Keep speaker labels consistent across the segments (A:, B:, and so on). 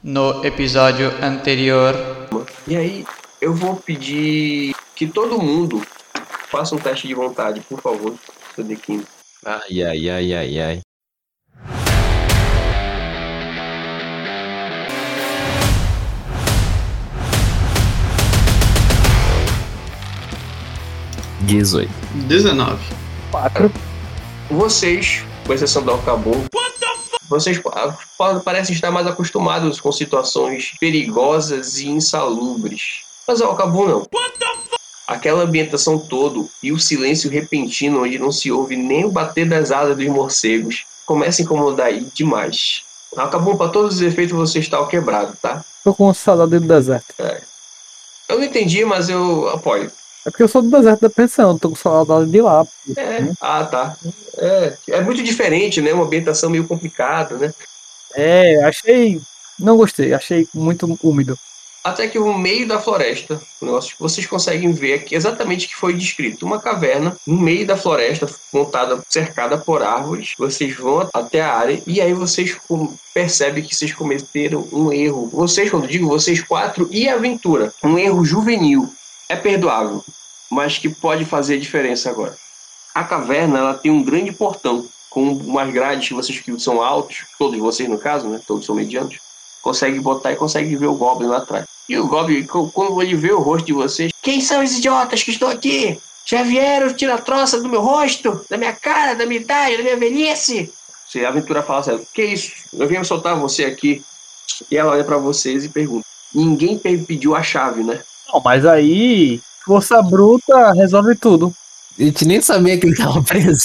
A: no episódio anterior.
B: E aí, eu vou pedir que todo mundo faça um teste de vontade, por favor, seu D15.
C: Ai.
D: $18.
A: 19.
E: 4.
B: Vocês, com exceção do Alcabum, vocês parecem estar mais acostumados com situações perigosas e insalubres. Mas o Alcabum não. Aquela ambientação toda e o silêncio repentino onde não se ouve nem o bater das asas dos morcegos começa a incomodar aí demais. Alcabum, para todos os efeitos, você está quebrado, tá?
E: Tô com saudade do deserto.
B: Eu não entendi, mas eu apoio.
E: É porque eu sou do deserto da pensão, tô com saudade de lá.
B: Tá. É muito diferente, né? Uma ambientação meio complicada, né?
E: Achei... Não gostei, achei muito úmido.
B: Até que no meio da floresta, vocês conseguem ver aqui exatamente o que foi descrito. Uma caverna no meio da floresta, montada, cercada por árvores. Vocês vão até a área e aí vocês percebem que vocês cometeram um erro. Vocês, quando digo vocês quatro e a aventura, um erro juvenil. É perdoável, mas que pode fazer diferença agora. A caverna, ela tem um grande portão com umas grades que vocês que são altos, todos vocês no caso, né? Todos são medianos. Consegue botar e consegue ver o Goblin lá atrás. E o Goblin, quando ele vê o rosto de vocês, quem são os idiotas que estão aqui? Já vieram tirar a troça do meu rosto, da minha cara, da minha idade, da minha velhice? Se a aventura fala assim, que isso? Eu vim soltar você aqui. E ela olha pra vocês e pergunta, ninguém pediu a chave, né?
E: Não, mas aí, força bruta resolve tudo.
D: A gente nem sabia que ele tava preso.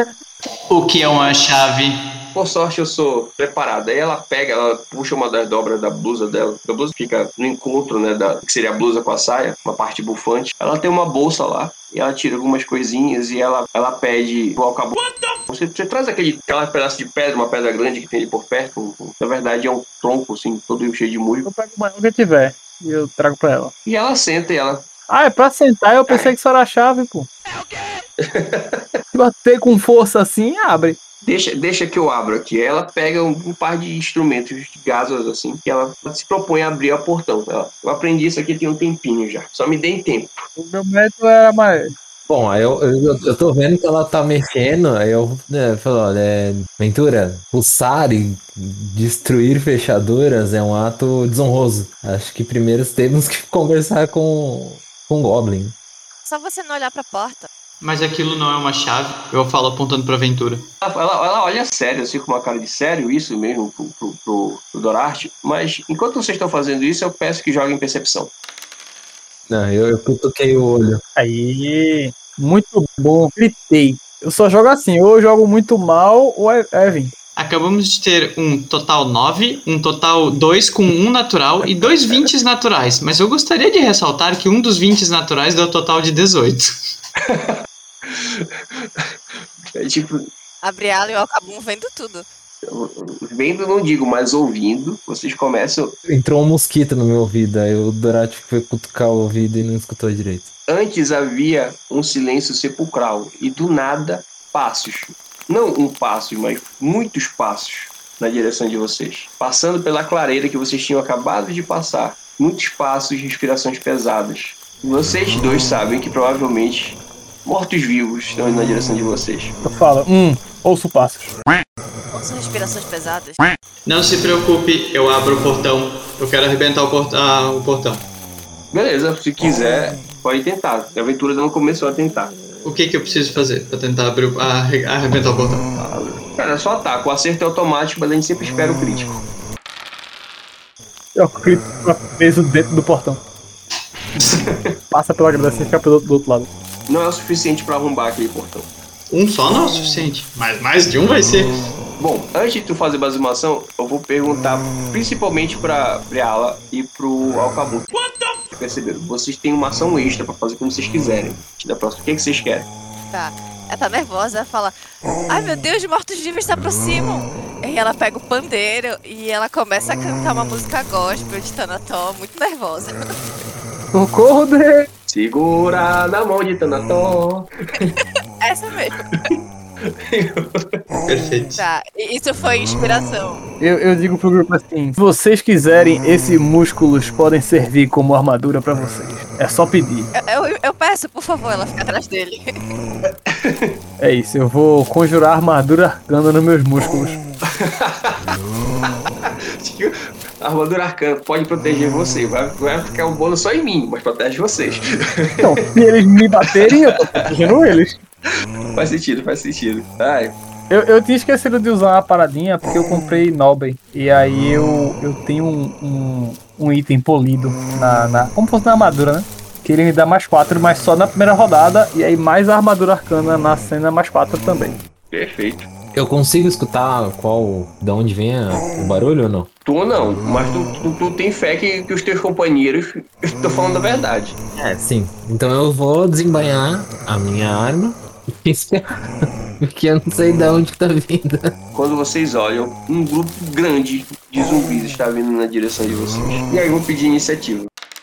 A: O que é uma chave?
B: Por sorte, eu sou preparado. Aí ela puxa uma das dobras da blusa dela. A blusa fica no encontro, né, que seria a blusa com a saia, uma parte bufante. Ela tem uma bolsa lá, e ela tira algumas coisinhas e ela pede o Alcabum. Você traz aquela pedaço de pedra, uma pedra grande que tem ali por perto. Na verdade, é um tronco, assim, todo cheio de musgo.
E: Eu pego o maior que tiver e eu trago pra ela.
B: E ela senta e ela...
E: É pra sentar, eu pensei que isso era a chave, pô. É o quê? Bater com força assim, abre.
B: Deixa que eu abro aqui. Ela pega um par de instrumentos de gases, assim, que ela se propõe a abrir o portão. Eu aprendi isso aqui tem um tempinho já. Só me deem tempo.
E: O meu método era mais...
D: Bom, aí eu tô vendo que ela tá mexendo, aí eu falo, olha, Ventura, pulsar e destruir fechaduras é um ato desonroso. Acho que primeiro temos que conversar com o Goblin.
F: Só você não olhar pra porta.
A: Mas aquilo não é uma chave. Eu falo apontando pra aventura.
B: Ela olha sério, assim, com uma cara de sério, isso mesmo, pro Dorarte. Mas enquanto vocês estão fazendo isso, eu peço que joguem percepção.
D: Não, eu toquei o olho.
E: Aí, muito bom. Gritei. Eu só jogo assim, ou eu jogo muito mal, ou é 20.
A: Acabamos de ter um total 9, um total 2 com 1 natural e 2 20s naturais. Mas eu gostaria de ressaltar que um dos 20s naturais deu total de 18.
B: É tipo...
F: A Briala e o Alcabum vendo tudo.
B: Vendo não digo, mas ouvindo, vocês começam...
D: Entrou um mosquito no meu ouvido, aí o Dorati foi cutucar o ouvido e não escutou direito.
B: Antes havia um silêncio sepulcral e do nada, passos. Não um passo, mas muitos passos na direção de vocês. Passando pela clareira que vocês tinham acabado de passar. Muitos passos e respirações pesadas. E vocês dois sabem que provavelmente mortos-vivos estão indo na direção de vocês.
E: Eu falo, ouço passos.
F: São respirações pesadas.
A: Não se preocupe, eu abro o portão. Eu quero arrebentar o portão.
B: Beleza, se quiser, pode tentar. A aventura ainda não começou a tentar.
A: O que eu preciso fazer pra tentar arrebentar o portão?
B: Cara, é só ataque. O acerto é automático, mas a gente sempre espera o crítico.
E: Eu grito peso dentro do portão. Passa pela grade e fica do outro lado.
B: Não é o suficiente pra arrombar aquele portão.
A: Um só não é o suficiente, mas mais de um vai ser.
B: Bom, antes de tu fazer basimação, eu vou perguntar principalmente pra Briala e pro Alcabum. Perceberam? Vocês têm uma ação extra pra fazer como vocês quiserem. Da próxima, o que vocês querem?
F: Tá. Ela tá nervosa, ela fala: ai meu Deus, mortos-vivos se aproximam. E ela pega o pandeiro e ela começa a cantar uma música gospel de Tanató, muito nervosa.
E: Socorro dele!
B: Segura na mão de Tanató.
F: Essa mesmo.
A: Perfeito.
F: Tá, isso foi inspiração.
E: Eu digo pro grupo assim: se vocês quiserem, esses músculos podem servir como armadura pra vocês. É só pedir.
F: Eu peço, por favor, ela fica atrás dele.
E: É isso, eu vou conjurar armadura arcana nos meus músculos.
B: A armadura arcana pode proteger você. Vai ficar um bônus só em mim, mas protege vocês.
E: Então, se eles me baterem, eu tô protegendo eles.
B: Faz sentido. Ai,
E: Eu tinha esquecido de usar uma paradinha porque eu comprei Nobel. E aí eu tenho um item polido como fosse na armadura, né? Que ele me dá mais 4, mas só na primeira rodada. E aí mais a armadura arcana na cena mais 4 também.
B: perfeito.
D: Eu consigo escutar da onde vem o barulho ou não?
B: Tu não, mas tu tem fé que os teus companheiros estão falando a verdade.
D: É, sim. Então eu vou desembainhar a minha arma e esperar. Porque eu não sei de onde tá vindo.
B: Quando vocês olham, um grupo grande de zumbis está vindo na direção de vocês. E aí vão pedir iniciativa.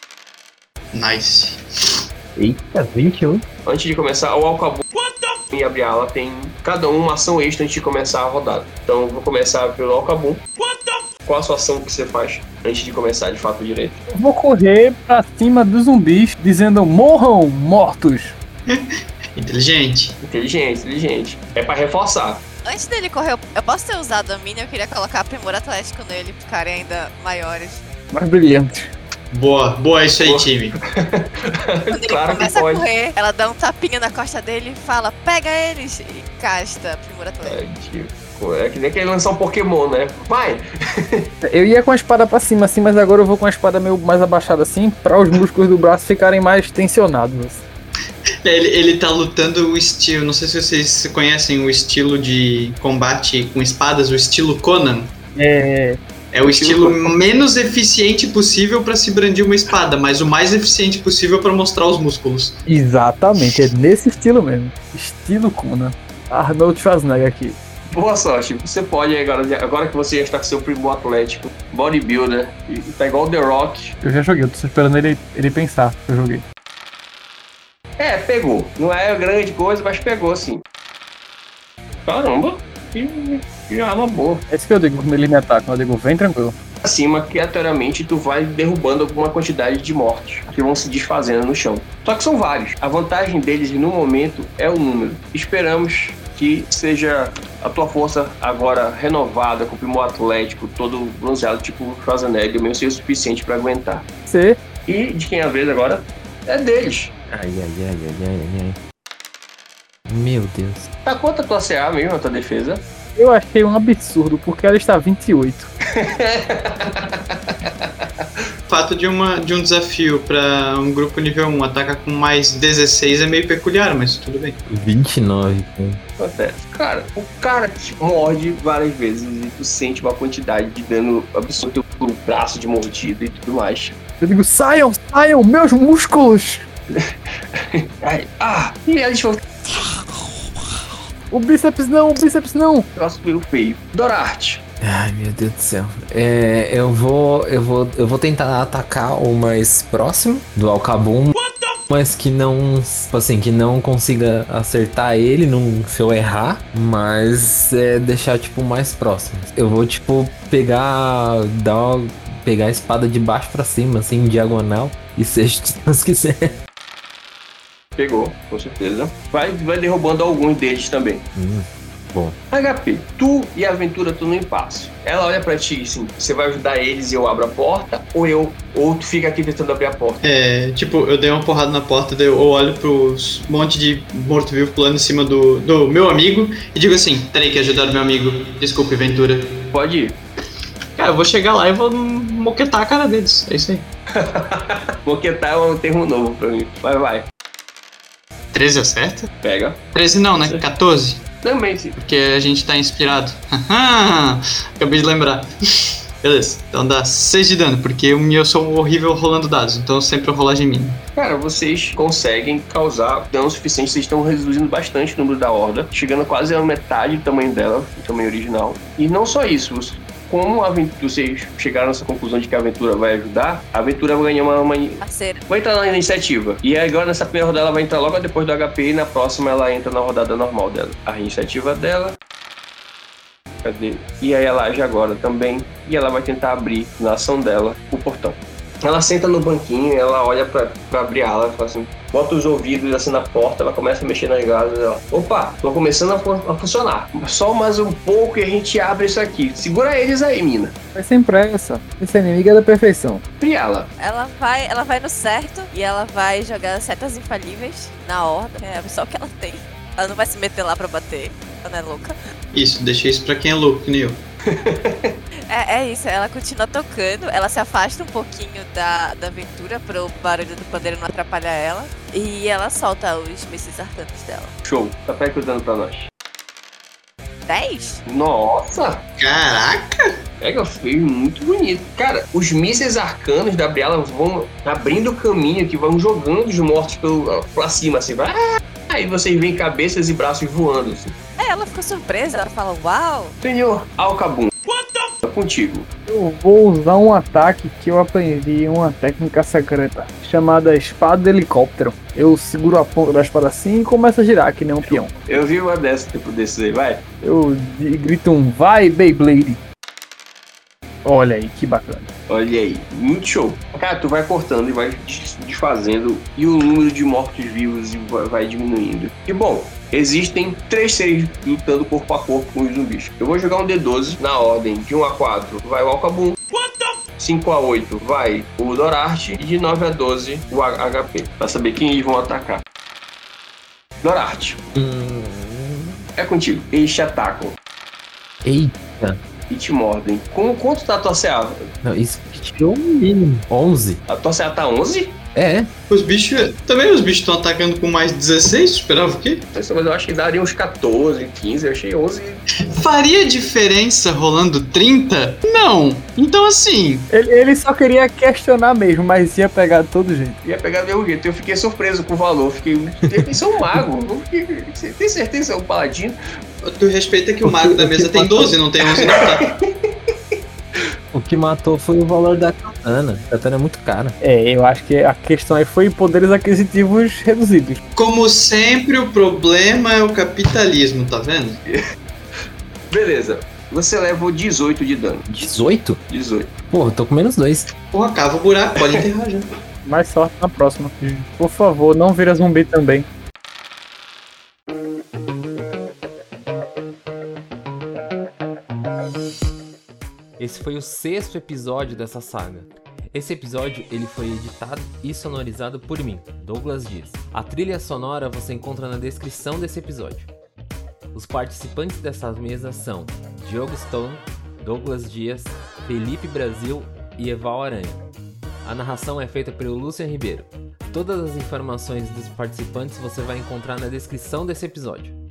A: Nice.
D: Eita, 21.
B: Antes de começar, o Alcabu e a Briala tem cada uma ação extra antes de começar a rodada. Então vou começar pelo Alcabu. Qual a sua ação que você faz antes de começar de fato direito?
E: Eu vou correr pra cima dos zumbis, dizendo: morram, mortos!
A: Inteligente.
B: Inteligente. É pra reforçar.
F: Antes dele correr, eu posso ter usado a mina, eu queria colocar Aprimor Atlético nele, pra ficarem ainda maiores.
E: Mais brilhantes.
A: Boa isso aí,
B: Boa.
A: time.
F: Quando ele
B: Claro que
F: começa a
B: pode.
F: correr, ela dá um tapinha na costa dele e fala: pega eles! E casta Aprimor Atlético.
B: É que nem que ele lançar um Pokémon, né? Vai!
E: Eu ia com a espada pra cima assim, mas agora eu vou com a espada meio mais abaixada assim, pra os músculos do braço ficarem mais tensionados. Assim.
A: Ele tá lutando o estilo. Não sei se vocês conhecem o estilo de combate com espadas, o estilo Conan. É o estilo menos eficiente possível pra se brandir uma espada, mas o mais eficiente possível pra mostrar os músculos.
E: Exatamente, é nesse estilo mesmo. Estilo Conan. Arnold Schwarzenegger aqui.
B: Boa sorte. Você pode, agora que você já está com seu primo atlético, bodybuilder, e tá igual o The Rock.
E: Eu já joguei, eu tô só esperando ele pensar que eu joguei.
B: É, pegou. Não é grande coisa, mas pegou sim. Caramba, que arma boa.
E: É isso que eu digo quando ele me ataca, eu digo: vem tranquilo.
B: Acima que aleatoriamente tu vai derrubando alguma quantidade de mortos que vão se desfazendo no chão. Só que são vários. A vantagem deles no momento é o número. Esperamos que seja a tua força agora renovada, com o primo atlético, todo bronzeado, tipo Schwarzenegger, mesmo seja o suficiente pra aguentar.
E: Você
B: E de quem é a vez agora é deles.
C: Ai. Meu Deus.
B: Tá quanto a tua CA mesmo, a tua defesa?
E: Eu achei um absurdo, porque ela está 28.
A: O fato de um desafio pra um grupo nível 1 atacar com mais 16 é meio peculiar, mas tudo bem.
D: 29.
B: Acontece. Cara, o cara te morde várias vezes e tu sente uma quantidade de dano absurdo no braço de mordida e tudo mais.
E: Eu digo: saiam, meus músculos!
B: Ai, e eles vão...
E: O bíceps não!
B: Negócio meio feio. Dorarte.
D: Ai, meu Deus do céu. Eu vou tentar atacar o mais próximo do Alcabum, mas que não, tipo assim, que não consiga acertar ele se eu errar, mas deixar tipo mais próximo. Eu vou tipo pegar a espada de baixo pra cima, assim, em diagonal, e seja o que Deus quiser.
B: Pegou, com certeza. Vai derrubando alguns deles também.
D: Bom.
B: HP, tu e a Aventura estão no impasse. Ela olha pra ti assim: você vai ajudar eles e eu abro a porta? Ou tu fica aqui tentando abrir a porta?
A: Eu dei uma porrada na porta, daí eu olho pros monte de morto-vivo pulando em cima do meu amigo e digo assim: terei que ajudar o meu amigo, desculpe, Ventura.
B: Pode ir.
A: Cara, eu vou chegar lá e vou moquetar a cara deles, é isso aí.
B: Moquetar é um termo novo pra mim. Vai.
A: 13 acerta?
B: Pega.
A: 13 não, né? 14.
B: Também, sim.
A: Porque a gente tá inspirado. Acabei de lembrar. Beleza, então dá 6 de dano, porque eu sou horrível rolando dados, então sempre rolagem mínima.
B: Cara, vocês conseguem causar dano suficiente, vocês estão reduzindo bastante o número da horda, chegando quase a metade do tamanho dela, o tamanho original. E não só isso, como vocês chegaram nessa conclusão de que a aventura vai ajudar, a aventura vai ganhar uma
F: Parceira.
B: vai entrar na iniciativa. E agora nessa primeira rodada ela vai entrar logo depois do HP e na próxima ela entra na rodada normal dela. A iniciativa dela. Cadê? E aí ela age agora também. E ela vai tentar abrir na ação dela o portão. Ela senta no banquinho, ela olha pra abrir a ala, fala assim, bota os ouvidos assim na porta, ela começa a mexer nas gases, ela, opa, tô começando a funcionar. Só mais um pouco e a gente abre isso aqui. Segura eles aí, mina.
E: Vai sem pressa. Esse inimigo é da perfeição.
B: E ela?
F: Ela vai no certo e ela vai jogar setas infalíveis na horda. É só o que ela tem. Ela não vai se meter lá pra bater. Ela não é louca.
A: Isso, deixa isso pra quem é louco, que nem eu.
F: É isso, ela continua tocando, ela se afasta um pouquinho da aventura pro barulho do pandeiro não atrapalhar ela. E ela solta os mísseis arcanos dela.
B: Show, tá perguntando pra nós.
F: 10?
B: Nossa!
A: Caraca!
B: Pega, foi muito bonito. Cara, os mísseis arcanos da Briala vão abrindo o caminho, que vão jogando os mortos pra cima, assim. Aí vocês veem cabeças e braços voando, assim.
F: Ela ficou surpresa, ela fala, uau!
B: Senhor Alcabum, é contigo.
E: Eu vou usar um ataque que eu aprendi, uma técnica secreta, chamada espada helicóptero. Eu seguro a ponta da espada assim e começo a girar, que nem um peão.
B: Eu vi uma dessa, tipo desses aí, vai.
E: Eu grito um vai, Beyblade. Olha aí, que bacana.
B: Olha aí, muito show. Cara, tu vai cortando e vai desfazendo e o número de mortos-vivos vai diminuindo. E bom, existem 3 seres lutando corpo a corpo com os zumbis. Eu vou jogar um D12 na ordem de 1 a 4 vai o Alcabum. 5 a 8 vai o Dorarte. E de 9 a 12 o HP. Pra saber quem eles vão atacar. Dorarte. É contigo. Eles te atacam.
D: Eita.
B: E te mordem. Quanto tá a tua CA?
D: Não, isso que tirou um mínimo. 11.
B: A tua CA tá 11?
D: É.
A: Os bichos estão atacando com mais 16, esperava o quê?
B: Mas eu acho que daria uns 14, 15, eu achei 11.
A: Faria diferença rolando 30? Não. Então assim...
E: Ele só queria questionar mesmo, mas ia pegar de todo jeito.
B: Ia pegar do mesmo jeito. Eu fiquei surpreso com o valor. Isso é um mago. Você tem certeza que é um paladino?
A: Tu respeita que o mago da mesa tem 12, não tem 11 não, tá?
D: O que matou foi o valor da katana. A katana é muito cara.
E: Eu acho que a questão aí foi poderes aquisitivos reduzidos.
A: Como sempre, o problema é o capitalismo, tá vendo?
B: Beleza. Você leva o 18 de dano.
D: 18?
B: 18.
D: Porra, eu tô com menos 2.
A: Porra, cava o buraco, pode enterrar já.
E: Mais sorte na próxima. Por favor, não vira zumbi também.
C: Esse foi o 6º episódio dessa saga. Esse episódio ele foi editado e sonorizado por mim, Douglas Dias. A trilha sonora você encontra na descrição desse episódio. Os participantes dessa mesa são Diogo Stone, Douglas Dias, Felipe Brasil e Eval Aranha. A narração é feita pelo Lucian Ribeiro. Todas as informações dos participantes você vai encontrar na descrição desse episódio.